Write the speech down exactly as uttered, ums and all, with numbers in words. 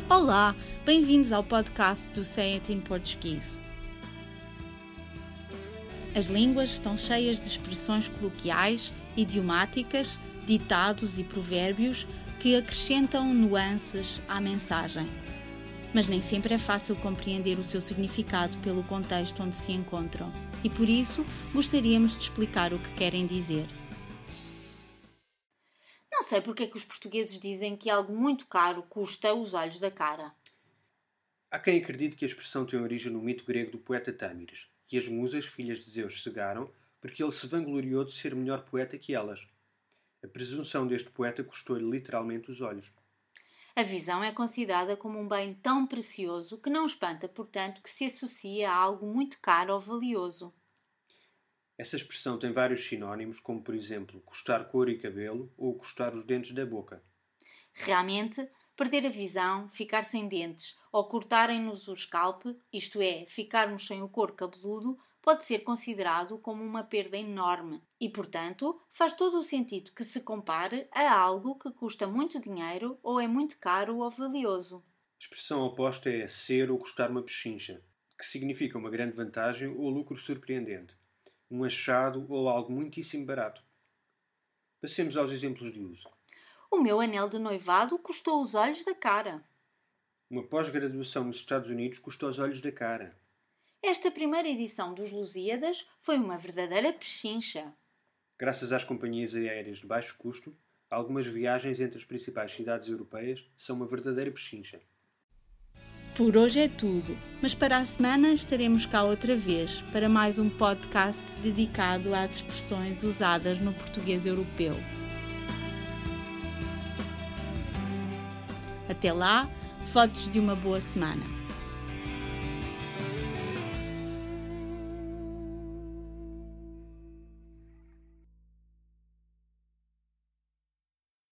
Olá, bem-vindos ao podcast do Say It in Portuguese. As línguas estão cheias de expressões coloquiais, idiomáticas, ditados e provérbios que acrescentam nuances à mensagem. Mas nem sempre é fácil compreender o seu significado pelo contexto onde se encontram e por isso gostaríamos de explicar o que querem dizer. Não sei porque é que os portugueses dizem que algo muito caro custa os olhos da cara. Há quem acredite que a expressão tem origem no mito grego do poeta Tâmires, que as musas, filhas de Zeus, cegaram porque ele se vangloriou de ser melhor poeta que elas. A presunção deste poeta custou-lhe literalmente os olhos. A visão é considerada como um bem tão precioso que não espanta, portanto, que se associa a algo muito caro ou valioso. Essa expressão tem vários sinónimos, como por exemplo, custar couro e cabelo ou custar os dentes da boca. Realmente, perder a visão, ficar sem dentes ou cortarem-nos o scalp, isto é, ficarmos sem o couro cabeludo, pode ser considerado como uma perda enorme e, portanto, faz todo o sentido que se compare a algo que custa muito dinheiro ou é muito caro ou valioso. A expressão oposta é ser ou custar uma pechincha, que significa uma grande vantagem ou lucro surpreendente, um achado ou algo muitíssimo barato. Passemos aos exemplos de uso. O meu anel de noivado custou os olhos da cara. Uma pós-graduação nos Estados Unidos custa os olhos da cara. Esta primeira edição dos Lusíadas foi uma verdadeira pechincha. Graças às companhias aéreas de baixo custo, algumas viagens entre as principais cidades europeias são uma verdadeira pechincha. Por hoje é tudo, mas para a semana estaremos cá outra vez para mais um podcast dedicado às expressões usadas no português europeu. Até lá, fotos de uma boa semana.